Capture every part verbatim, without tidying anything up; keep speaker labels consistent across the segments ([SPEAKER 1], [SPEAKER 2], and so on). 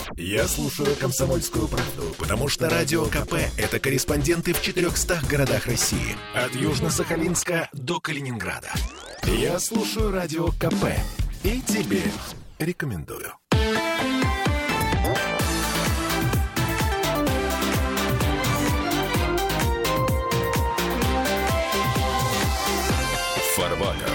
[SPEAKER 1] Я слушаю «Комсомольскую правду», потому что Радио КП – это корреспонденты в четырехстах городах России. От Южно-Сахалинска до Калининграда. Я слушаю Радио КП и тебе рекомендую. Фарватер.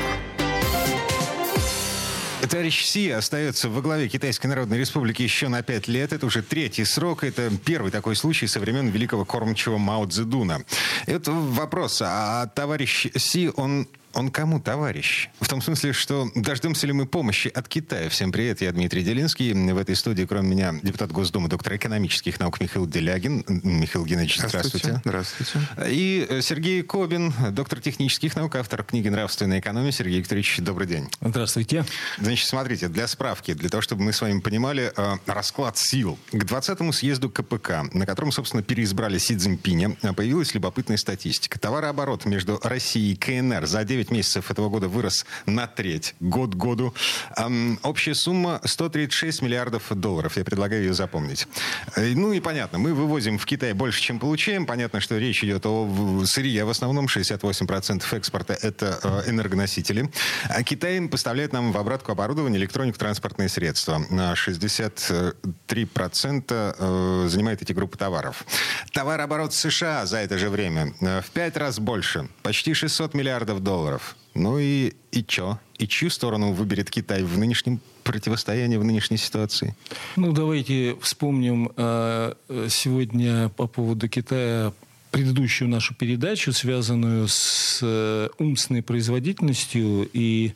[SPEAKER 2] Товарищ Си остается во главе Китайской Народной Республики еще на пять лет. Это уже третий срок. Это первый такой случай со времен великого кормчего Мао Цзэдуна. Это вопрос. А товарищ Си, он... Он кому товарищ? В том смысле, что дождемся ли мы помощи от Китая? Всем привет, я Дмитрий Делинский. В этой студии, кроме меня, депутат Госдумы, доктор экономических наук Михаил Делягин. Михаил Геннадьевич, здравствуйте.
[SPEAKER 3] Здравствуйте.
[SPEAKER 2] И Сергей Кобин, доктор технических наук, автор книги «Нравственная экономия». Сергей Викторович, добрый день.
[SPEAKER 4] Здравствуйте.
[SPEAKER 2] Значит, смотрите, для справки, для того, чтобы мы с вами понимали э, расклад сил. К двадцатому съезду КПК, на котором, собственно, переизбрали Си Цзиньпиня, появилась любопытная статистика. Товарооборот между Россией и КНР за девять месяцев этого года вырос на треть, год к году. Эм, общая сумма сто тридцать шесть миллиардов долларов. Я предлагаю ее запомнить. Э, ну и понятно, мы вывозим в Китай больше, чем получаем. Понятно, что речь идет о сырье. В основном шестьдесят восемь процентов экспорта – это э, энергоносители. А Китай поставляет нам в обратку оборудование, электронику, транспортные средства. шестьдесят три процента э, занимает эти группы товаров. Товарооборот США за это же время э, в пять раз больше. Почти шестьсот миллиардов долларов. Ну и, и чё? И чью сторону выберет Китай в нынешнем противостоянии, в нынешней ситуации?
[SPEAKER 4] Ну, давайте вспомним э, сегодня по поводу Китая предыдущую нашу передачу, связанную с э, умственной производительностью, и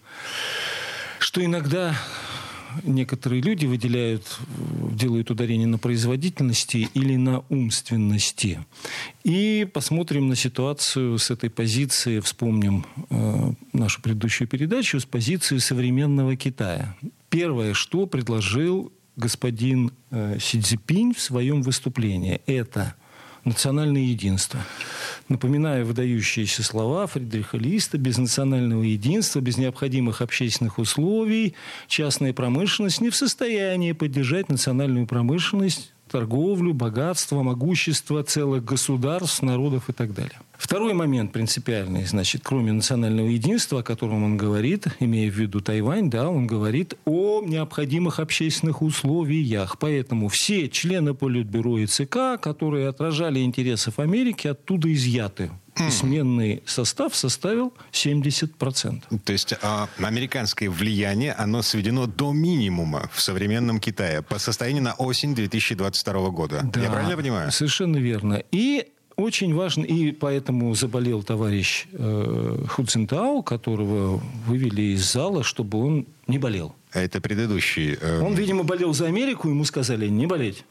[SPEAKER 4] что иногда некоторые люди выделяют, делают ударение на производительности или на умственности. И посмотрим на ситуацию с этой позиции, вспомним э, нашу предыдущую передачу, с позиции современного Китая. Первое, что предложил господин э, Си Цзиньпинь в своем выступлении, это национальное единство. Напоминаю выдающиеся слова Фридриха Листа: без национального единства, без необходимых общественных условий частная промышленность не в состоянии поддержать национальную промышленность, торговлю, богатство, могущество целых государств, народов и так далее. Второй момент принципиальный, значит, кроме национального единства, о котором он говорит, имея в виду Тайвань, да, он говорит о необходимых общественных условиях. Поэтому все члены Политбюро и ЦК, которые отражали интересы Америки, оттуда изъяты. И сменный состав составил семьдесят процентов.
[SPEAKER 2] То есть а, американское влияние, оно сведено до минимума в современном Китае по состоянию на осень две тысячи двадцать второго года.
[SPEAKER 4] Да,
[SPEAKER 2] я правильно понимаю?
[SPEAKER 4] Совершенно верно. И очень важно, и поэтому заболел товарищ э, Ху Цзиньтао, которого вывели из зала, чтобы он не болел.
[SPEAKER 2] А это предыдущий... Э...
[SPEAKER 4] Он, видимо, болел за Америку, ему сказали не болеть.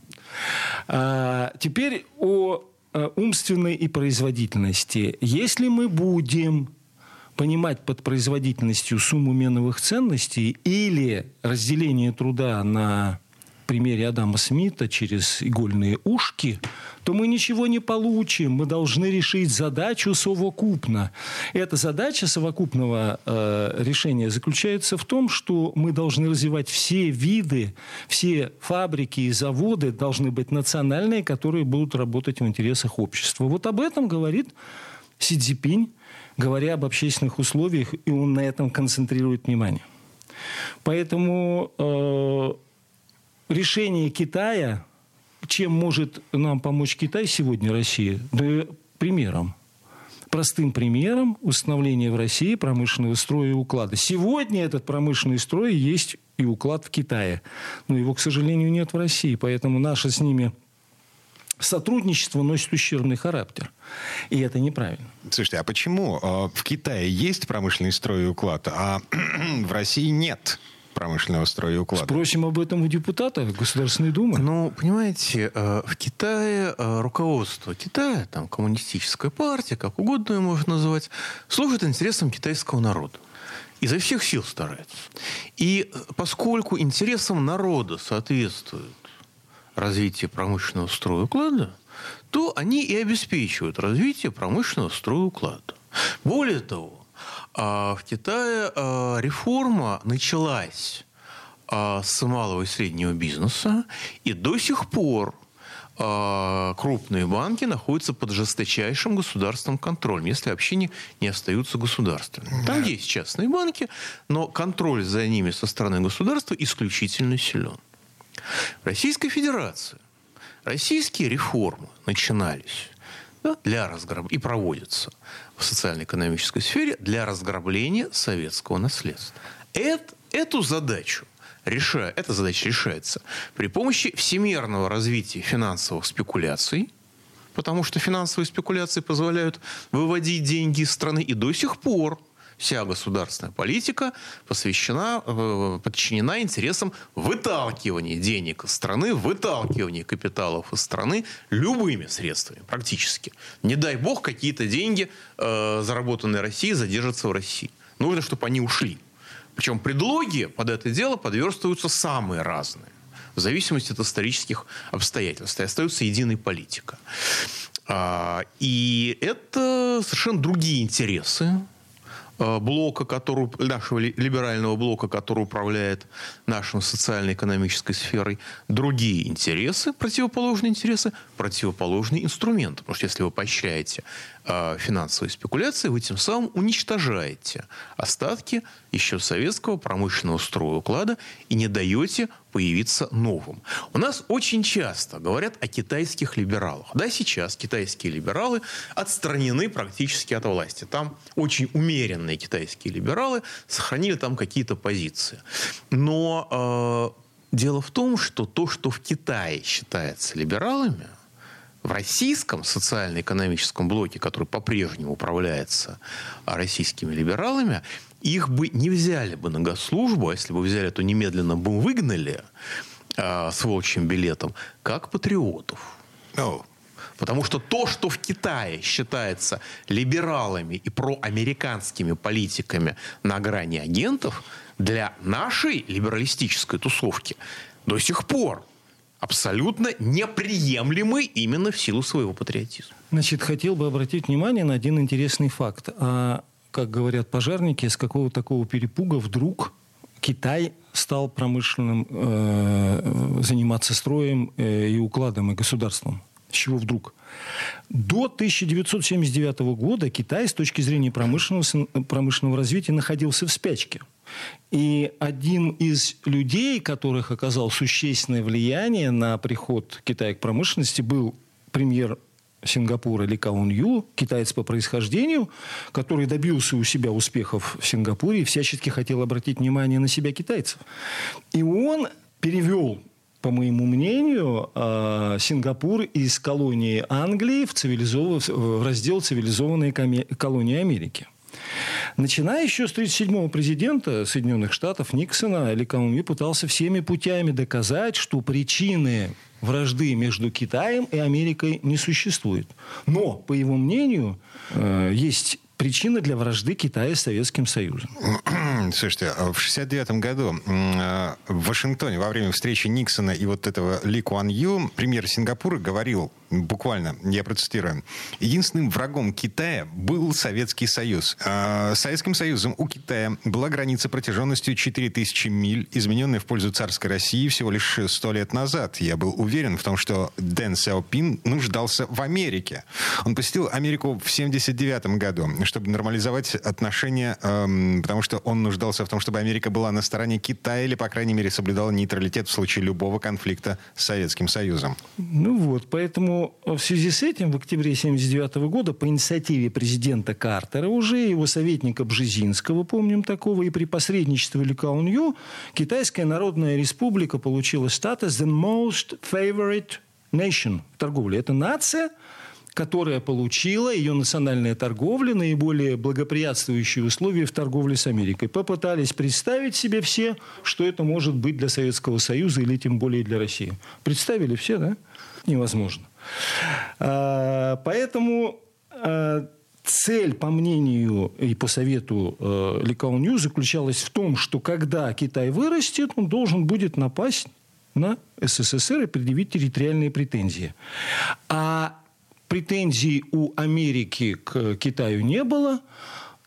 [SPEAKER 4] А, теперь о умственной и производительности. Если мы будем понимать под производительностью сумму меновых ценностей или разделение труда на примере Адама Смита через игольные ушки, то мы ничего не получим. Мы должны решить задачу совокупно. Эта задача совокупного э, решения заключается в том, что мы должны развивать все виды, все фабрики и заводы должны быть национальные, которые будут работать в интересах общества. Вот об этом говорит Си Цзиньпинь, говоря об общественных условиях, и он на этом концентрирует внимание. Поэтому э, решение Китая, чем может нам помочь Китай сегодня, Россия? Да примером. Простым примером установления в России промышленного строя и уклада. Сегодня этот промышленный строй есть и уклад в Китае. Но его, к сожалению, нет в России. Поэтому наше с ними сотрудничество носит ущербный характер. И это неправильно.
[SPEAKER 2] Слушайте, а почему э, в Китае есть промышленный строй и уклад, а в России нет промышленного строя и уклада?
[SPEAKER 4] Спросим об этом у депутатов Государственной Думы.
[SPEAKER 3] Ну, понимаете, в Китае руководство Китая, там, коммунистическая партия, как угодно ее можно называть, служит интересам китайского народа. Изо всех сил старается. И поскольку интересам народа соответствует развитие промышленного строя и уклада, то они и обеспечивают развитие промышленного строя и уклада. Более того, в Китае реформа началась а, с малого и среднего бизнеса, и до сих пор а, крупные банки находятся под жесточайшим государственным контролем, если вообще не, не остаются государственными. Там есть частные банки, но контроль за ними со стороны государства исключительно силен. В Российской Федерации российские реформы начинались, да, для разграб... и проводятся в социально-экономической сфере для разграбления советского наследства. Это, эту задачу решая, эта задача решается при помощи всемирного развития финансовых спекуляций, потому что финансовые спекуляции позволяют выводить деньги из страны, и до сих пор вся государственная политика посвящена, подчинена интересам выталкивания денег из страны, выталкивания капиталов из страны любыми средствами практически. Не дай бог, какие-то деньги, э, заработанные Россией, задержатся в России. Нужно, чтобы они ушли. Причем предлоги под это дело подверстываются самые разные. В зависимости от исторических обстоятельств. И остается единая политика. А, и это совершенно другие интересы блока, который, нашего либерального блока, который управляет нашей социально-экономической сферой, другие интересы, противоположные интересы, противоположные инструменты. Потому что если вы поощряете э, финансовые спекуляции, вы тем самым уничтожаете остатки еще советского промышленного строя уклада и не даете появиться новым. У нас очень часто говорят о китайских либералах. Да, сейчас китайские либералы отстранены практически от власти. Там очень умеренные китайские либералы сохранили там какие-то позиции. Но э, дело в том, что то, что в Китае считается либералами, в российском социально-экономическом блоке, который по-прежнему управляется российскими либералами, их бы не взяли бы на госслужбу, а если бы взяли, то немедленно бы выгнали э, с волчьим билетом, как патриотов.
[SPEAKER 2] Oh.
[SPEAKER 3] Потому что то, что в Китае считается либералами и проамериканскими политиками на грани агентов, для нашей либералистической тусовки до сих пор абсолютно неприемлемы именно в силу своего патриотизма.
[SPEAKER 4] Значит, хотел бы обратить внимание на один интересный факт. А, как говорят пожарники, с какого такого перепуга вдруг Китай стал промышленным, э, заниматься строем э, и укладом, и государством? С чего вдруг? До тысяча девятьсот семьдесят девятого года Китай с точки зрения промышленного, промышленного развития находился в спячке. И один из людей, которых оказал существенное влияние на приход Китая к промышленности, был премьер Сингапура Ли Куан Ю, китаец по происхождению, который добился у себя успехов в Сингапуре и всячески хотел обратить внимание на себя китайцев. И он перевел, по моему мнению, Сингапур из колонии Англии в, цивилизов... в раздел «Цивилизованные колонии Америки». Начиная еще с тридцать седьмого президента Соединенных Штатов Никсона, Ли Куан Ю пытался всеми путями доказать, что причины вражды между Китаем и Америкой не существует. Но, по его мнению, есть причина для вражды Китая с Советским Союзом.
[SPEAKER 2] Слушайте, в шестьдесят девятом году в Вашингтоне во время встречи Никсона и вот этого Ли Куан Ю премьер Сингапура говорил, буквально, я процитирую, единственным врагом Китая был Советский Союз. С Советским Союзом у Китая была граница протяженностью четыре тысячи миль, измененная в пользу царской России всего лишь сто лет назад. Я был уверен в том, что Дэн Сяопин нуждался в Америке. Он посетил Америку в семьдесят девятом году, чтобы нормализовать отношения, эм, потому что он нуждался в том, чтобы Америка была на стороне Китая или, по крайней мере, соблюдала нейтралитет в случае любого конфликта с Советским Союзом.
[SPEAKER 4] Ну вот, поэтому в связи с этим в октябре семьдесят девятого года по инициативе президента Картера уже, его советника Бжезинского, помним такого, и при посредничестве Ли Куан Ю, Китайская Народная Республика получила статус «the most favorite nation» в торговле. Это нация, которая получила, ее национальная торговля, наиболее благоприятствующие условия в торговле с Америкой. Попытались представить себе все, что это может быть для Советского Союза или тем более для России. Представили все, да? Невозможно. А, поэтому а, цель, по мнению и по совету а, Ли Куан Ю, заключалась в том, что когда Китай вырастет, он должен будет напасть на СССР и предъявить территориальные претензии. А претензий у Америки к Китаю не было.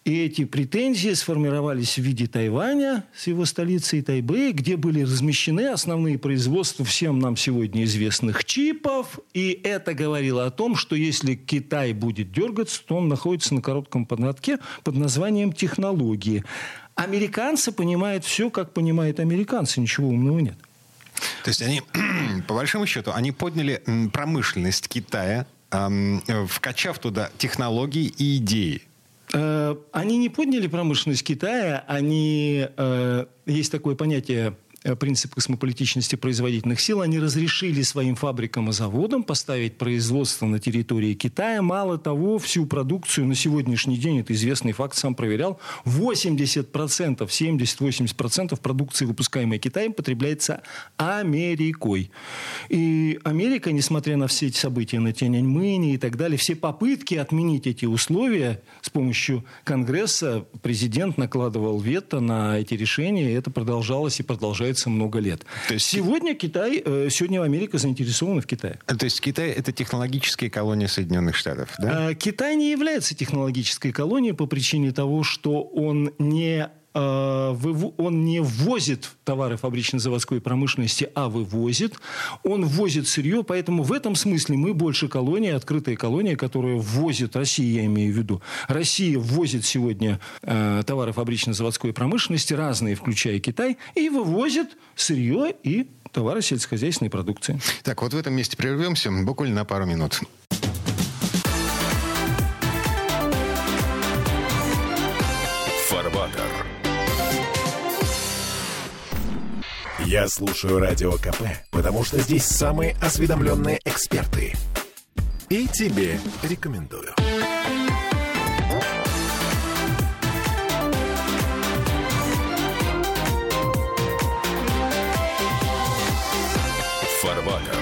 [SPEAKER 4] И эти претензии сформировались в виде Тайваня с его столицей Тайбэй, где были размещены основные производства всем нам сегодня известных чипов. И это говорило о том, что если Китай будет дергаться, то он находится на коротком поднатке под названием технологии. Американцы понимают все, как понимают американцы. Ничего умного нет.
[SPEAKER 2] То есть они, по большому счету, они подняли промышленность Китая, вкачав туда технологии и идеи.
[SPEAKER 4] Они не подняли промышленность Китая, они, есть такое понятие, принцип космополитичности производительных сил, они разрешили своим фабрикам и заводам поставить производство на территории Китая. Мало того, всю продукцию на сегодняшний день, это известный факт, сам проверял, восемьдесят процентов, семьдесят-восемьдесят процентов продукции, выпускаемой Китаем, потребляется Америкой. И Америка, несмотря на все эти события на Тяньаньмэне и так далее, все попытки отменить эти условия с помощью Конгресса, президент накладывал вето на эти решения, и это продолжалось и продолжается много лет. То есть сегодня Китай, сегодня Америка заинтересована в Китае.
[SPEAKER 2] То есть Китай – это технологическая колония Соединенных Штатов, да?
[SPEAKER 4] Китай не является технологической колонией по причине того, что он не он не ввозит товары фабрично-заводской промышленности, а вывозит. Он ввозит сырье, поэтому в этом смысле мы больше колония, открытая колония, которая ввозит, Россия, я имею в виду. Россия ввозит сегодня э, товары фабрично-заводской промышленности, разные, включая Китай, и вывозит сырье и товары сельскохозяйственной продукции.
[SPEAKER 2] Так, вот в этом месте прервемся буквально на пару минут.
[SPEAKER 1] Фарватер. Я слушаю Радио КП, потому что здесь самые осведомленные эксперты. И тебе рекомендую. Фарватер.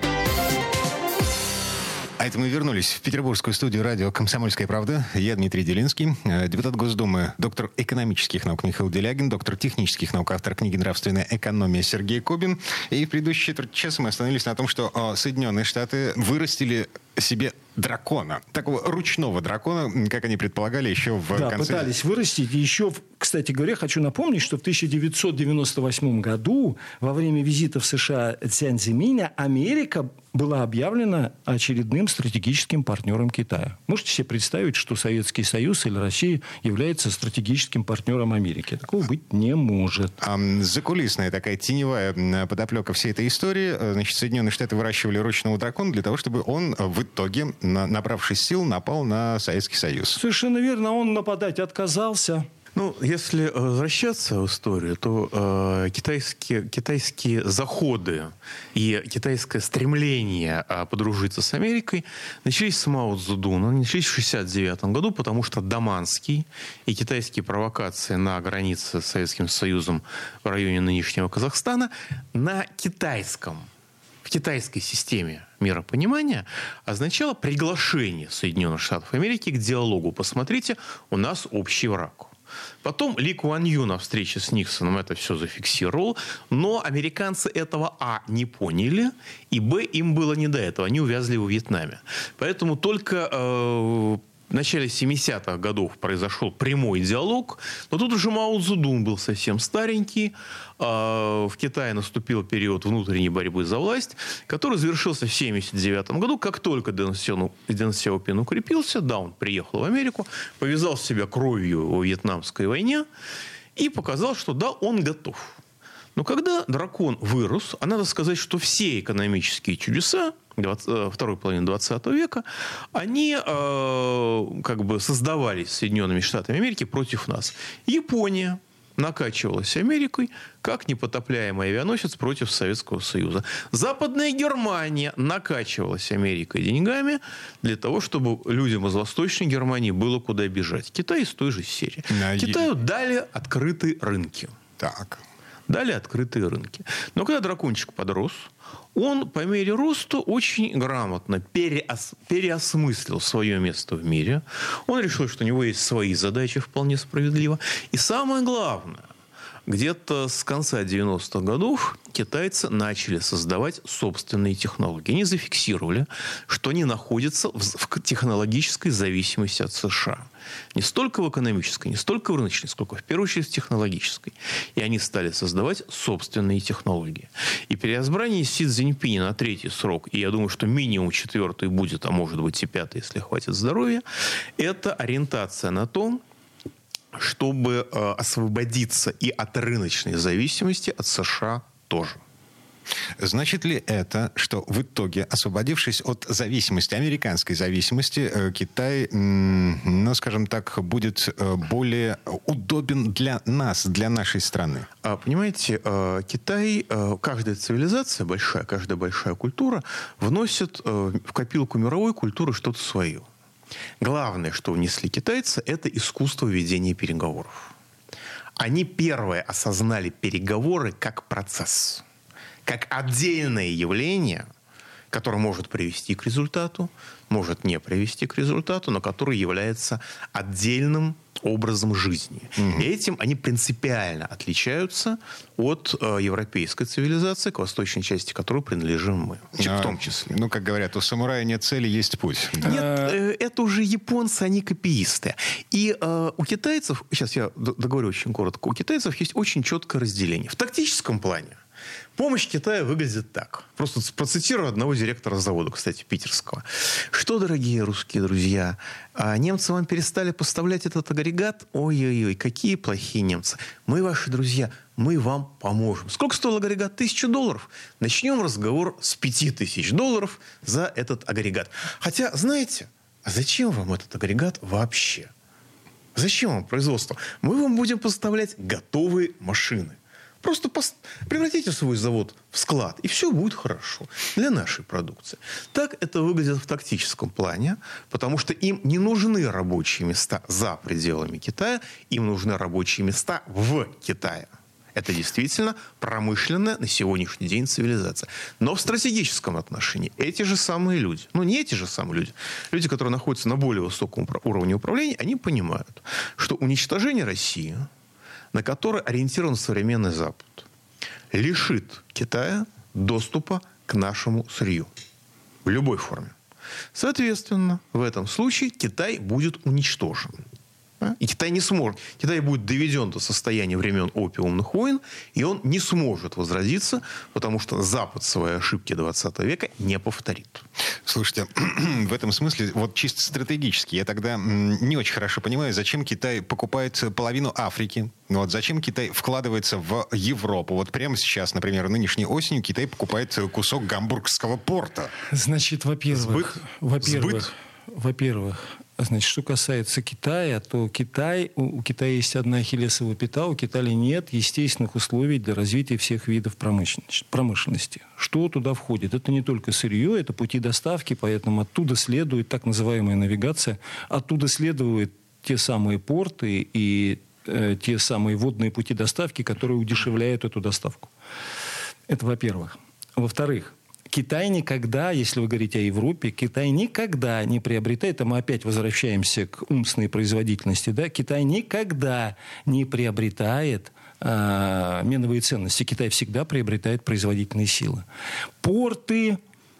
[SPEAKER 2] А это мы вернулись в петербургскую студию радио «Комсомольская правда». Я Дмитрий Делинский, депутат Госдумы, доктор экономических наук Михаил Делягин, доктор технических наук, автор книги «Нравственная экономия» Сергей Кобин. И в предыдущие четверть часа мы остановились на том, что Соединенные Штаты вырастили себе дракона. Такого ручного дракона, как они предполагали еще в
[SPEAKER 4] да,
[SPEAKER 2] конце...
[SPEAKER 4] Да, пытались вырастить. И еще, кстати говоря, хочу напомнить, что в тысяча девятьсот девяносто восьмом году во время визита в США Цзян Цзиминя Америка была объявлена очередным стратегическим партнером Китая. Можете себе представить, что Советский Союз или Россия является стратегическим партнером Америки? Такого быть не может.
[SPEAKER 2] А, закулисная такая теневая подоплека всей этой истории. Значит, Соединенные Штаты выращивали ручного дракона для того, чтобы он в итоге, набравшись сил, напал на Советский Союз.
[SPEAKER 4] Совершенно верно. Он нападать отказался.
[SPEAKER 3] Ну, если возвращаться в историю, то э, китайские, китайские заходы и китайское стремление э, подружиться с Америкой начались с Мао Цзэдуна, начались в шестьдесят девятом году, потому что Даманский и китайские провокации на границе с Советским Союзом в районе нынешнего Казахстана на китайском, в китайской системе миропонимания означало приглашение Соединенных Штатов Америки к диалогу. Посмотрите, у нас общий враг. Потом Ли Куан Ю на встрече с Никсоном это все зафиксировал, но американцы этого а. не поняли, и б. им было не до этого, они увязли во Вьетнаме. Поэтому только э, в начале семидесятых годов произошел прямой диалог, но тут уже Мао Цзэдун был совсем старенький, э, в Китае наступил период внутренней борьбы за власть, который завершился в семьдесят девятом году, как только Дэн Сяопин укрепился, да, он приехал в Америку, повязал себя кровью во Вьетнамской войне и показал, что да, он готов. Но когда дракон вырос, а надо сказать, что все экономические чудеса второй половины двадцатого века, они э, как бы создавались Соединенными Штатами Америки против нас. Япония накачивалась Америкой, как непотопляемый авианосец против Советского Союза. Западная Германия накачивалась Америкой деньгами для того, чтобы людям из Восточной Германии было куда бежать. Китай из той же серии. На... Китаю дали открытые рынки.
[SPEAKER 2] Так.
[SPEAKER 3] Дали открытые рынки. Но когда дракончик подрос, он по мере роста очень грамотно переос... переосмыслил свое место в мире. Он решил, что у него есть свои задачи, вполне справедливо. И самое главное, где-то с конца девяностых годов китайцы начали создавать собственные технологии. Они зафиксировали, что они находятся в, в технологической зависимости от США. Не столько в экономической, не столько в рыночной, сколько в первую очередь в технологической. И они стали создавать собственные технологии. И переизбрание Си Цзиньпиня на третий срок, и я думаю, что минимум четвертый будет, а может быть и пятый, если хватит здоровья, это ориентация на то, чтобы э, освободиться и от рыночной зависимости от США тоже.
[SPEAKER 2] Значит ли это, что в итоге, освободившись от зависимости, американской зависимости, э, Китай, м, ну, скажем так, будет э, более удобен для нас, для нашей страны?
[SPEAKER 3] А, понимаете, э, Китай, э, каждая цивилизация большая, каждая большая культура вносит э, в копилку мировой культуры что-то свое. Главное, что внесли китайцы, это искусство ведения переговоров. Они первые осознали переговоры как процесс, как отдельное явление, которое может привести к результату, может не привести к результату, но которое является отдельным образом жизни. Mm-hmm. И этим они принципиально отличаются от э, европейской цивилизации, к восточной части которой принадлежим мы. А, в том числе.
[SPEAKER 2] Ну, как говорят, у самурая нет цели, есть путь.
[SPEAKER 3] Нет, э, это уже японцы, они копиисты. И э, у китайцев, сейчас я договорю очень коротко, у китайцев есть очень четкое разделение. В тактическом плане помощь Китаю выглядит так. Просто процитирую одного директора завода, кстати, питерского. Что, дорогие русские друзья, немцы вам перестали поставлять этот агрегат? Ой-ой-ой, какие плохие немцы. Мы ваши друзья, мы вам поможем. Сколько стоил агрегат? Тысячу долларов. Начнем разговор с пяти тысяч долларов за этот агрегат. Хотя, знаете, а зачем вам этот агрегат вообще? Зачем вам производство? Мы вам будем поставлять готовые машины. Просто превратите свой завод в склад, и все будет хорошо для нашей продукции. Так это выглядит в тактическом плане, потому что им не нужны рабочие места за пределами Китая, им нужны рабочие места в Китае. Это действительно промышленная на сегодняшний день цивилизация. Но в стратегическом отношении эти же самые люди, ну не эти же самые люди, люди, которые находятся на более высоком уровне управления, они понимают, что уничтожение России, на который ориентирован современный Запад, лишит Китая доступа к нашему сырью в любой форме. Соответственно, в этом случае Китай будет уничтожен. И Китай не сможет. Китай будет доведен до состояния времен опиумных войн, и он не сможет возродиться, потому что Запад свои ошибки двадцатого века не повторит.
[SPEAKER 2] Слушайте, в этом смысле, вот чисто стратегически, я тогда не очень хорошо понимаю, зачем Китай покупает половину Африки, вот зачем Китай вкладывается в Европу. Вот прямо сейчас, например, нынешней осенью Китай покупает кусок Гамбургского порта.
[SPEAKER 4] Значит, во-первых,
[SPEAKER 2] Сбыт?
[SPEAKER 4] во-первых,
[SPEAKER 2] Сбыт?
[SPEAKER 4] во-первых, Значит, что касается Китая, то Китай, у, у Китая есть одна ахиллесова пята, у Китая нет естественных условий для развития всех видов промышленности. промышленности. Что туда входит? Это не только сырье, это пути доставки, поэтому оттуда следует так называемая навигация, оттуда следуют те самые порты и э, те самые водные пути доставки, которые удешевляют эту доставку. Это во-первых. Во-вторых, Китай никогда, если вы говорите о Европе, Китай никогда не приобретает, а мы опять возвращаемся к умственной производительности, да, Китай никогда не приобретает э, меновые ценности. Китай всегда приобретает производительные силы. Порты,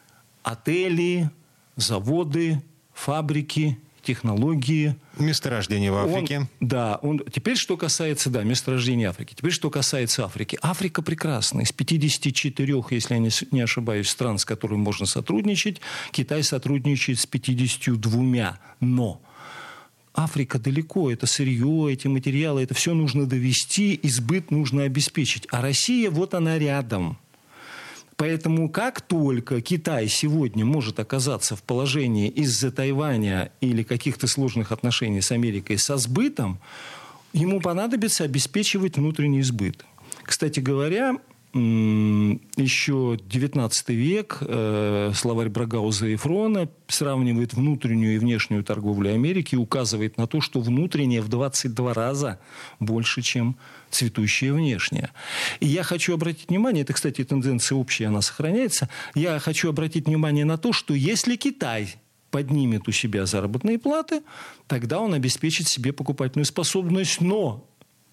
[SPEAKER 4] отели, заводы, фабрики, технологии.
[SPEAKER 2] Месторождение в Африке.
[SPEAKER 4] Он, да. Он, теперь, что касается, да, месторождения Африки. Теперь, что касается Африки. Африка прекрасна. Из пятидесяти четырёх, если я не, не ошибаюсь, стран, с которыми можно сотрудничать, Китай сотрудничает с пятьюдесятью двумя. Но Африка далеко. Это сырье, эти материалы, это все нужно довести, и сбыт нужно обеспечить. А Россия, вот она рядом. Поэтому как только Китай сегодня может оказаться в положении из-за Тайваня или каких-то сложных отношений с Америкой со сбытом, ему понадобится обеспечивать внутренний сбыт. Кстати говоря, еще девятнадцатый век э, словарь Брагауза и Фрона сравнивает внутреннюю и внешнюю торговлю Америки и указывает на то, что внутренняя в двадцать два раза больше, чем цветущая внешняя. И я хочу обратить внимание, это, кстати, тенденция общая, она сохраняется, я хочу обратить внимание на то, что если Китай поднимет у себя заработные платы, тогда он обеспечит себе покупательную способность, но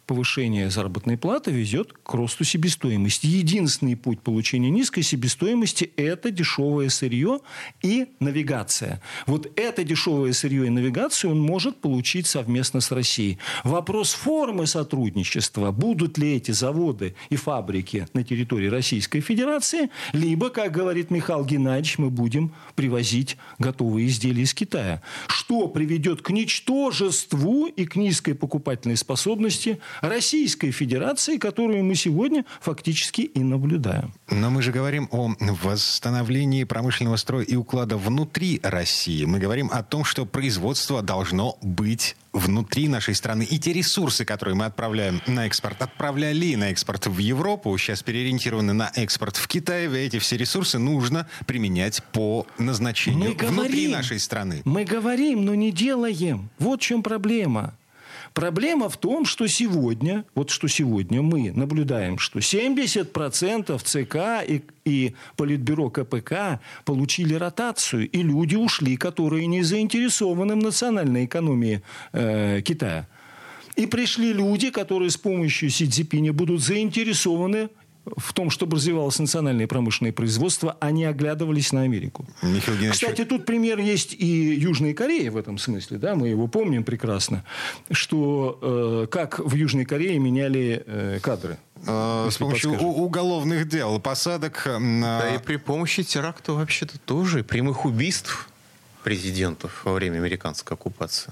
[SPEAKER 4] повышение заработной платы ведет к росту себестоимости. Единственный путь получения низкой себестоимости – это дешевое сырье и навигация. Вот это дешевое сырье и навигацию он может получить совместно с Россией. Вопрос формы сотрудничества, будут ли эти заводы и фабрики на территории Российской Федерации, либо, как говорит Михаил Геннадьевич, мы будем привозить готовые изделия из Китая. Что приведет к ничтожеству и к низкой покупательной способности Российской Федерации, которую мы сегодня фактически и наблюдаем.
[SPEAKER 2] Но мы же говорим о восстановлении промышленного строя и уклада внутри России. Мы говорим о том, что производство должно быть внутри нашей страны. И те ресурсы, которые мы отправляем на экспорт, отправляли на экспорт в Европу, сейчас переориентированы на экспорт в Китай. Эти все ресурсы нужно применять по назначению
[SPEAKER 4] мы
[SPEAKER 2] внутри
[SPEAKER 4] говорим,
[SPEAKER 2] нашей страны.
[SPEAKER 4] Мы говорим, но не делаем. Вот в чем проблема. Проблема в том, что сегодня, вот что сегодня мы наблюдаем, что семьдесят процентов ЦК и, и Политбюро КПК получили ротацию, и люди ушли, которые не заинтересованы в национальной экономии э, Китая. И пришли люди, которые с помощью Си Цзиньпиня будут заинтересованы в том, чтобы развивалось национальное промышленное производство, они оглядывались на Америку.
[SPEAKER 2] Михаил Геннадьевич...
[SPEAKER 4] Кстати, тут пример есть и Южной Кореи в этом смысле. Да? Мы его помним прекрасно, что э, как в Южной Корее меняли э, кадры.
[SPEAKER 2] Э, с помощью подскажете. уголовных дел, посадок... На...
[SPEAKER 3] Да и при помощи теракта вообще-то тоже, и прямых убийств президентов во время американской оккупации.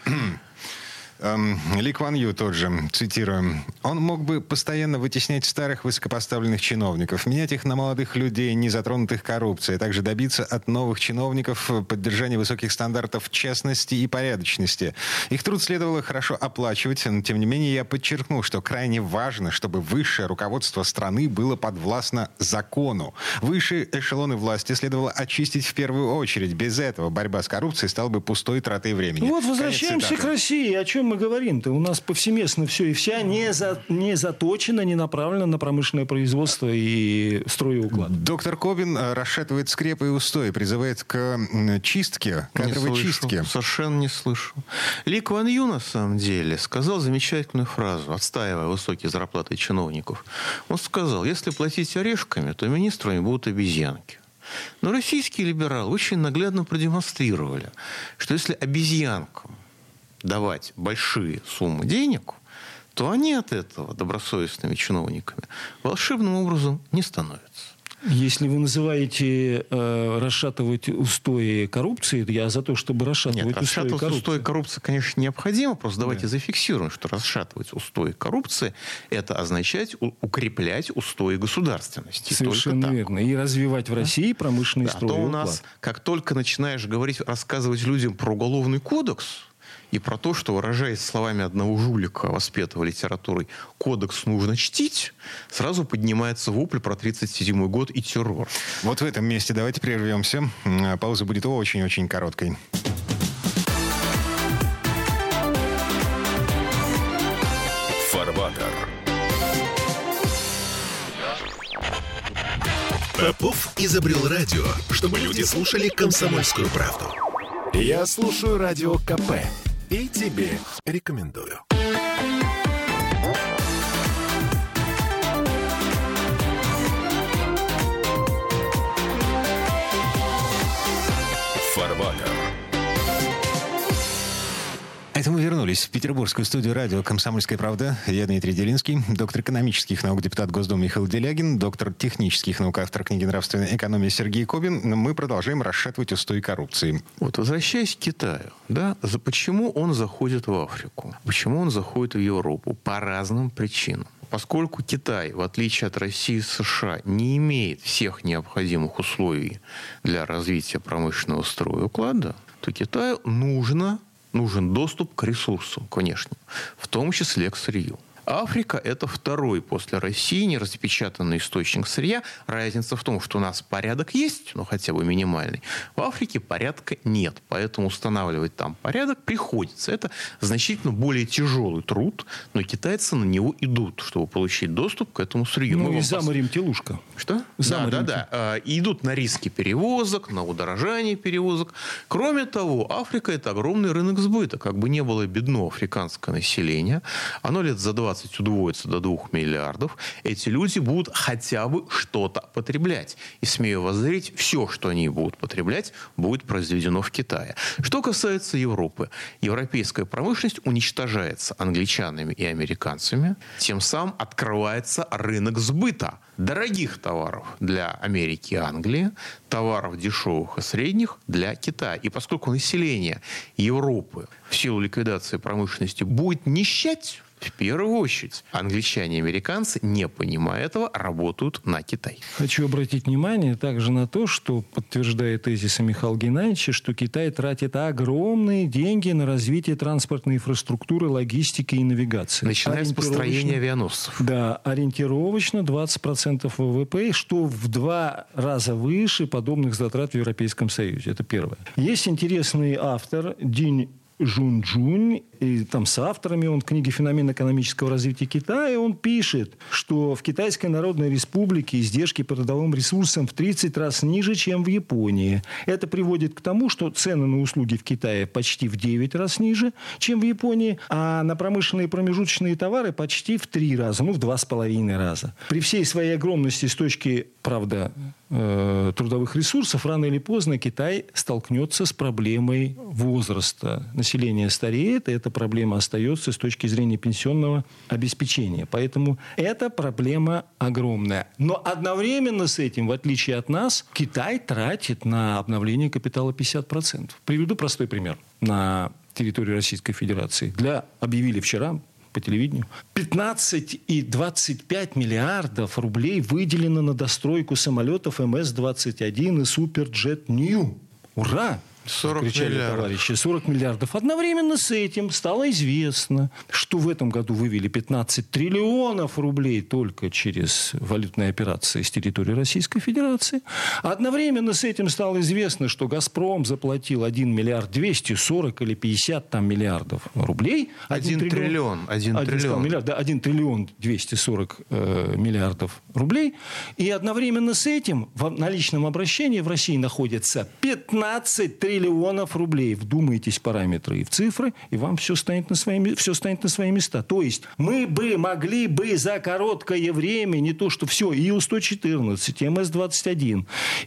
[SPEAKER 2] Ли Куан Ю тот же, цитирую, «Он мог бы постоянно вытеснять старых высокопоставленных чиновников, менять их на молодых людей, не затронутых коррупцией, а также добиться от новых чиновников поддержания высоких стандартов честности и порядочности. Их труд следовало хорошо оплачивать, но тем не менее я подчеркну, что крайне важно, чтобы высшее руководство страны было подвластно закону. Высшие эшелоны власти следовало очистить в первую очередь. Без этого борьба с коррупцией стала бы пустой тратой времени».
[SPEAKER 4] Вот возвращаемся к России. О чем мы говорим-то? У нас повсеместно все и вся не, за, не заточено, не направлено на промышленное производство и строеуклад.
[SPEAKER 2] Доктор Кобин расшатывает скрепы и устои, призывает к чистке, кадровой чистке.
[SPEAKER 3] Совершенно не слышу. Ли Куан Ю, на самом деле, сказал замечательную фразу, отстаивая высокие зарплаты чиновников. Он сказал, если платить орешками, то министрами будут обезьянки. Но российские либералы очень наглядно продемонстрировали, что если обезьянкам давать большие суммы денег, то они от этого добросовестными чиновниками волшебным образом не становятся.
[SPEAKER 4] Если вы называете э, расшатывать устои коррупции, я за то, чтобы расшатывать
[SPEAKER 3] Нет,
[SPEAKER 4] устои
[SPEAKER 3] расшатывать
[SPEAKER 4] коррупции.
[SPEAKER 3] устои коррупции, конечно, необходимо. Просто давайте
[SPEAKER 4] да.
[SPEAKER 3] зафиксируем, что расшатывать устои коррупции – это означать укреплять устои государственности.
[SPEAKER 4] Совершенно верно. И развивать в России промышленный
[SPEAKER 3] да,
[SPEAKER 4] строй.
[SPEAKER 3] А то у нас, как только начинаешь говорить, рассказывать людям про уголовный кодекс, и про то, что, выражаясь словами одного жулика, воспетого литературой, кодекс нужно чтить, сразу поднимается вопль про тридцать седьмой год и террор.
[SPEAKER 2] Вот в этом месте давайте прервемся. Пауза будет очень-очень короткой.
[SPEAKER 1] Фарватер. Попов изобрел радио, чтобы люди слушали «Комсомольскую правду». Я слушаю радио КП и тебе рекомендую. Фарватер.
[SPEAKER 2] Это мы вернулись в петербургскую студию радио «Комсомольская правда». Я Дмитрий Делинский, доктор экономических наук, депутат Госдумы Михаил Делягин, доктор технических наук, автор книги «Нравственная экономия» Сергей Кобин. Мы продолжаем расшатывать устои коррупции.
[SPEAKER 3] Вот, возвращаясь к Китаю, да, за почему он заходит в Африку? Почему он заходит в Европу? По разным причинам. Поскольку Китай, в отличие от России и США, не имеет всех необходимых условий для развития промышленного строя и уклада, то Китаю нужно... нужен доступ к ресурсам, конечно, в том числе к сырью. Африка – это второй после России нераспечатанный источник сырья. Разница в том, что у нас порядок есть, ну хотя бы минимальный. В Африке порядка нет, поэтому устанавливать там порядок приходится. Это значительно более тяжелый труд, но китайцы на него идут, чтобы получить доступ к этому сырью.
[SPEAKER 4] Ну
[SPEAKER 3] Мы
[SPEAKER 4] и
[SPEAKER 3] вам
[SPEAKER 4] за морем телушка.
[SPEAKER 3] Что?
[SPEAKER 4] За
[SPEAKER 3] да, да, да. А, и идут на риски перевозок, на удорожание перевозок. Кроме того, Африка – это огромный рынок сбыта. Как бы не было бедно африканское население, оно лет за двадцать двадцать удвоится до двух миллиардов, эти люди будут хотя бы что-то потреблять. И, смею воззреть, все, что они будут потреблять, будет произведено в Китае. Что касается Европы. Европейская промышленность уничтожается англичанами и американцами. Тем самым открывается рынок сбыта дорогих товаров для Америки и Англии, товаров дешевых и средних для Китая. И поскольку население Европы в силу ликвидации промышленности будет нищать, в первую очередь англичане и американцы, не понимая этого, работают на Китай.
[SPEAKER 4] Хочу обратить внимание также на то, что подтверждает тезисы Михаила Геннадьевича, что Китай тратит огромные деньги на развитие транспортной инфраструктуры, логистики и навигации.
[SPEAKER 3] Начиная с построения авианосцев.
[SPEAKER 4] Да, ориентировочно двадцать процентов ВВП, что в два раза выше подобных затрат в Европейском Союзе. Это первое. Есть интересный автор Динь Жунчжунь, и там с авторами он книги «Феномен экономического развития Китая», он пишет, что в Китайской Народной Республике издержки по трудовым ресурсам в тридцать раз ниже, чем в Японии. Это приводит к тому, что цены на услуги в Китае почти в девять раз ниже, чем в Японии, а на промышленные и промежуточные товары почти в три раза, ну, в два с половиной раза. При всей своей огромности с точки, правда, э, трудовых ресурсов, рано или поздно Китай столкнется с проблемой возраста. Население стареет, и эта проблема остается с точки зрения пенсионного обеспечения. Поэтому эта проблема огромная. Но одновременно с этим, в отличие от нас, Китай тратит на обновление капитала пятьдесят процентов. Приведу простой пример. На территории Российской Федерации. Для, объявили вчера по телевидению, пятнадцать и двадцать пять миллиардов рублей выделено на достройку самолетов эм эс двадцать один и Суперджет Нью. Ура!
[SPEAKER 3] сорок
[SPEAKER 4] кричали
[SPEAKER 3] миллиардов.
[SPEAKER 4] Товарищи. сорок миллиардов. Одновременно с этим стало известно, что в этом году вывели пятнадцать триллионов рублей только через валютные операции с территории Российской Федерации. Одновременно с этим стало известно, что «Газпром» заплатил один миллиард двести сорок или пятьдесят там, миллиардов рублей.
[SPEAKER 3] один триллион. один триллион.
[SPEAKER 4] Миллиард, да, один триллион двести сорок э, миллиардов рублей. И одновременно с этим в наличном обращении в России находится пятнадцать триллионов рублей. Вдумайтесь в параметры и в цифры, и вам все станет на свои, все станет на свои места. То есть мы бы могли бы за короткое время не то, что все, и Ил сто четырнадцать, и эм эс двадцать один,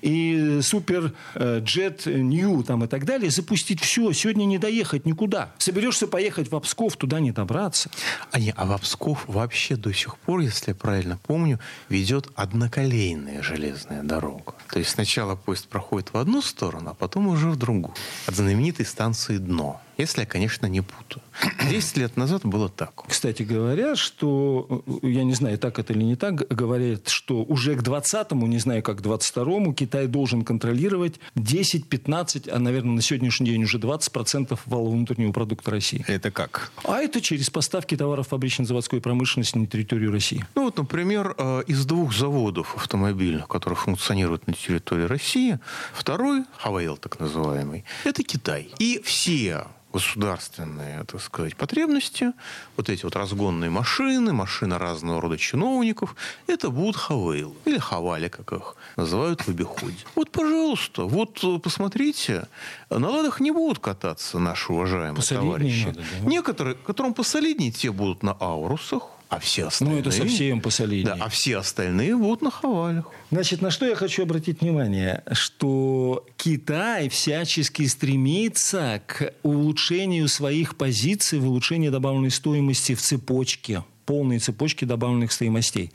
[SPEAKER 4] и Суперджет Нью там, и так далее, запустить все. Сегодня не доехать никуда. Соберешься поехать в Псков, туда не добраться.
[SPEAKER 3] А, не, а в Псков вообще до сих пор, если я правильно помню, ведет одноколейная железная дорога. То есть сначала поезд проходит в одну сторону, а потом уже в другую. От знаменитой станции «Дно». Если я, конечно, не путаю. Десять лет назад было так.
[SPEAKER 4] Кстати говоря, что, я не знаю, так это или не так, говорят, что уже к двадцатому, не знаю, как к двадцать второму, Китай должен контролировать десять-пятнадцать, а, наверное, на сегодняшний день уже двадцать процентов валового внутреннего продукта России.
[SPEAKER 2] Это как?
[SPEAKER 4] А это через поставки товаров фабрично-заводской промышленности на территорию России.
[SPEAKER 3] Ну вот, например, из двух заводов автомобильных, которые функционируют на территории России, второй, Хавейл так называемый, это Китай. И все государственные, так сказать, потребности, вот эти вот разгонные машины, машины разного рода чиновников, это будут Хавейлы. Или Хавали, как их называют в обиходе. Вот, пожалуйста, вот посмотрите, на ладах не будут кататься наши уважаемые
[SPEAKER 4] посолиднее
[SPEAKER 3] товарищи.
[SPEAKER 4] надо, да.
[SPEAKER 3] Некоторые, которым посолиднее, те будут на Аурусах, а все остальные...
[SPEAKER 4] Ну, это совсем посолиднее.
[SPEAKER 3] Да, а все остальные будут на Хавалях.
[SPEAKER 4] Значит, на что я хочу обратить внимание? Что Китай всячески стремится к улучшению своих позиций, в улучшении добавленной стоимости в цепочке, полной цепочке добавленных стоимостей.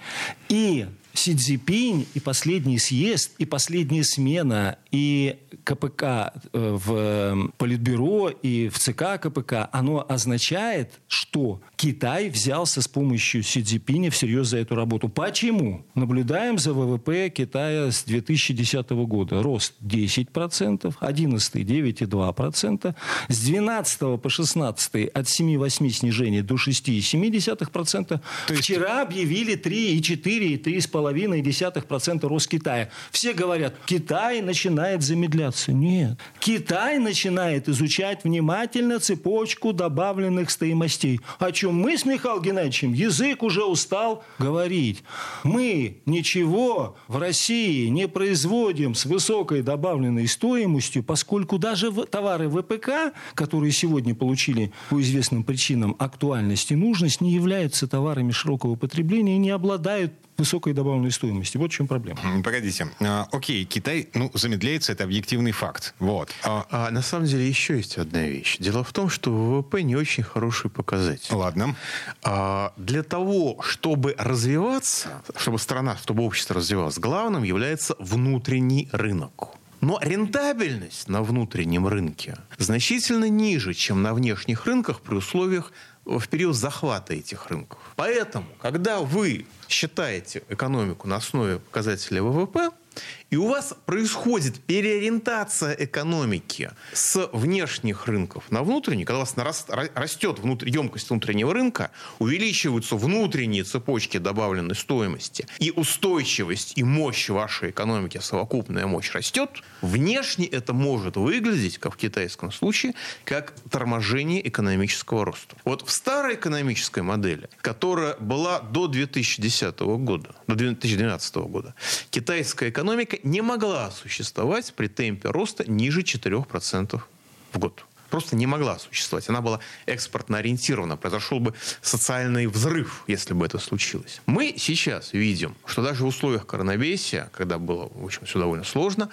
[SPEAKER 4] И Си Цзиньпинь, и последний съезд, и последняя смена, и ка пэ ка в Политбюро, и в ЦК ка пэ ка, оно означает, что Китай взялся с помощью Си Цзиньпиня всерьез за эту работу. Почему? Наблюдаем за вэ вэ пэ Китая с две тысячи десятого года. Рост десять процентов, одиннадцатый девять и два десятых процента, с двенадцатого по шестнадцатый от семь целых восемь десятых снижение до шесть целых семь десятых процента.
[SPEAKER 2] есть...
[SPEAKER 4] Вчера объявили три и четыре и три и пять половиной процента рост Китая. Все говорят, Китай начинает замедляться. Нет. Китай начинает изучать внимательно цепочку добавленных стоимостей. О чем мы с Михаилом Геннадьевичем язык уже устал говорить. Мы ничего в России не производим с высокой добавленной стоимостью, поскольку даже товары ВПК, которые сегодня получили по известным причинам актуальность и нужность, не являются товарами широкого потребления и не обладают высокой добавленной стоимостью. Вот в чем проблема.
[SPEAKER 2] Погодите. А, окей, Китай, ну, замедляется, это объективный факт. Вот.
[SPEAKER 3] А, а на самом деле еще есть одна вещь. Дело в том, что ВВП не очень хороший показатель.
[SPEAKER 2] Ладно.
[SPEAKER 3] А, для того, чтобы развиваться, чтобы страна, чтобы общество развивалось, главным является внутренний рынок. Но рентабельность на внутреннем рынке значительно ниже, чем на внешних рынках при условиях в период захвата этих рынков. Поэтому, когда вы считаете экономику на основе показателя ВВП, и у вас происходит переориентация экономики с внешних рынков на внутренние, когда у вас нараст, растет внутр, емкость внутреннего рынка, увеличиваются внутренние цепочки добавленной стоимости, и устойчивость и мощь вашей экономики, совокупная мощь растет, внешне это может выглядеть, как в китайском случае, как торможение экономического роста. Вот в старой экономической модели, которая была до две тысячи десятого года, до две тысячи двенадцатого года, китайская экономика не могла существовать при темпе роста ниже четырех процентов в год. Просто не могла существовать. Она была экспортно ориентирована. Произошел бы социальный взрыв, если бы это случилось. Мы сейчас видим, что даже в условиях коронавируса, когда было, в общем, все довольно сложно,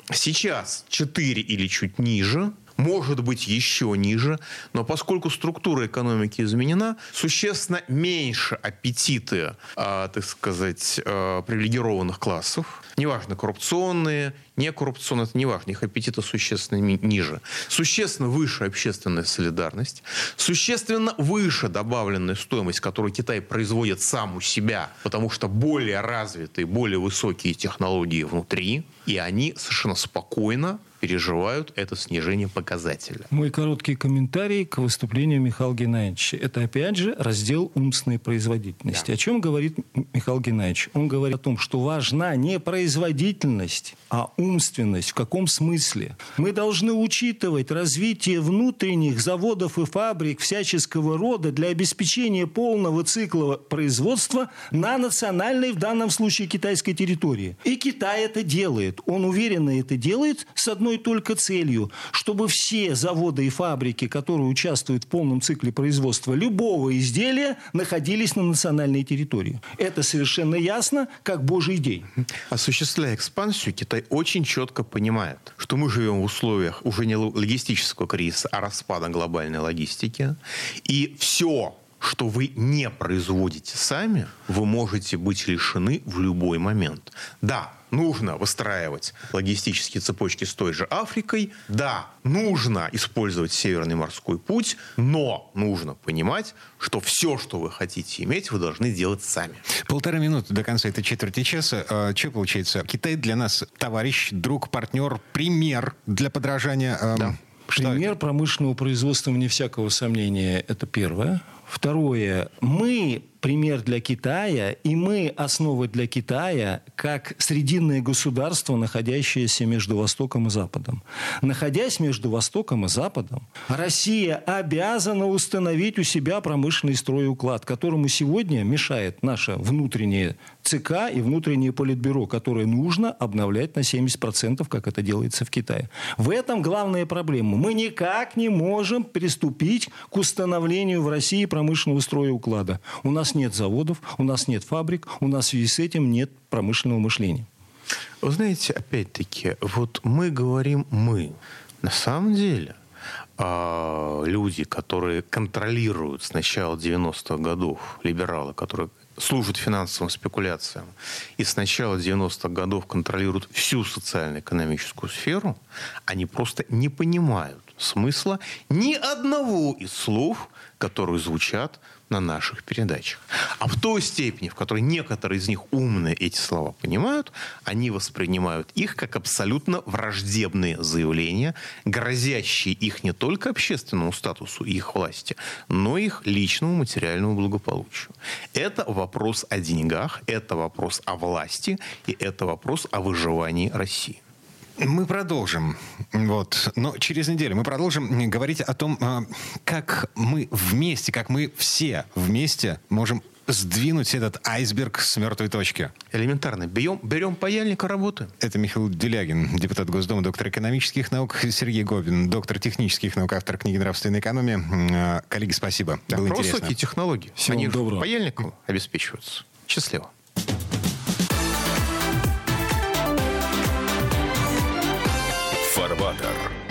[SPEAKER 3] сейчас четыре или чуть ниже, может быть, еще ниже, но поскольку структура экономики изменена, существенно меньше аппетиты, э, так сказать, э, привилегированных классов, неважно, коррупционные, некоррупционные, это неважно, их аппетиты существенно ми- ниже. Существенно выше общественная солидарность, существенно выше добавленная стоимость, которую Китай производит сам у себя, потому что более развитые, более высокие технологии внутри, и они совершенно спокойно переживают это снижение показателя.
[SPEAKER 4] Мой короткий комментарий к выступлению Михаила Геннадьевича. Это, опять же, раздел умственной производительности. Да. О чем говорит Михаил Геннадьевич? Он говорит о том, что важна не производительность, а умственность. В каком смысле? Мы должны учитывать развитие внутренних заводов и фабрик всяческого рода для обеспечения полного цикла производства на национальной, в данном случае, китайской территории. И Китай это делает. Он уверенно это делает с одной только целью, чтобы все заводы и фабрики, которые участвуют в полном цикле производства любого изделия, находились на национальной территории. Это совершенно ясно, как божий день.
[SPEAKER 3] Осуществляя экспансию, Китай очень четко понимает, что мы живем в условиях уже не логистического кризиса, а распада глобальной логистики. И все, что вы не производите сами, вы можете быть лишены в любой момент. Да, нужно выстраивать логистические цепочки с той же Африкой. Да, нужно использовать Северный морской путь, но нужно понимать, что все, что вы хотите иметь, вы должны делать сами.
[SPEAKER 2] Полтора минуты до конца этой четверти часа. А, что получается? Китай для нас товарищ, друг, партнер, пример для подражания. А,
[SPEAKER 3] да.
[SPEAKER 4] Пример промышленного производства, вне всякого сомнения, это первое. Второе. Мы пример для Китая, и мы основа для Китая, как срединное государство, находящееся между Востоком и Западом. Находясь между Востоком и Западом, Россия обязана установить у себя промышленный стройуклад, которому сегодня мешает наше внутреннее ЦК и внутреннее политбюро, которое нужно обновлять на семьдесят процентов, как это делается в Китае. В этом главная проблема. Мы никак не можем приступить к установлению в России промышленного строеуклада. У нас нет заводов, у нас нет фабрик, у нас в связи с этим нет промышленного мышления.
[SPEAKER 3] Вы знаете, опять-таки, вот мы говорим «мы». На самом деле люди, которые контролируют с начала девяностых годов, либералы, которые служат финансовым спекуляциям, и с начала девяностых годов контролируют всю социально-экономическую сферу, они просто не понимают смысла ни одного из слов, которые звучат на наших передачах. А в той степени, в которой некоторые из них умные эти слова понимают, они воспринимают их как абсолютно враждебные заявления, грозящие их не только общественному статусу и их власти, но и их личному материальному благополучию. Это вопрос о деньгах, это вопрос о власти, и это вопрос о выживании России.
[SPEAKER 2] Мы продолжим. Вот. Но через неделю мы продолжим говорить о том, как мы вместе, как мы все вместе можем сдвинуть этот айсберг с мертвой точки.
[SPEAKER 3] Элементарно. Берем, берем паяльник и работаем.
[SPEAKER 2] Это Михаил Делягин, депутат Госдумы, доктор экономических наук, Сергей Гобин, доктор технических наук, автор книги «Нравственная экономия». Коллеги, спасибо.
[SPEAKER 3] Да,
[SPEAKER 2] было
[SPEAKER 3] про
[SPEAKER 2] интересно.
[SPEAKER 3] высокие технологии.
[SPEAKER 4] Всего
[SPEAKER 3] Они
[SPEAKER 4] доброго.
[SPEAKER 3] паяльником обеспечиваются. Счастливо.
[SPEAKER 1] Фарватер.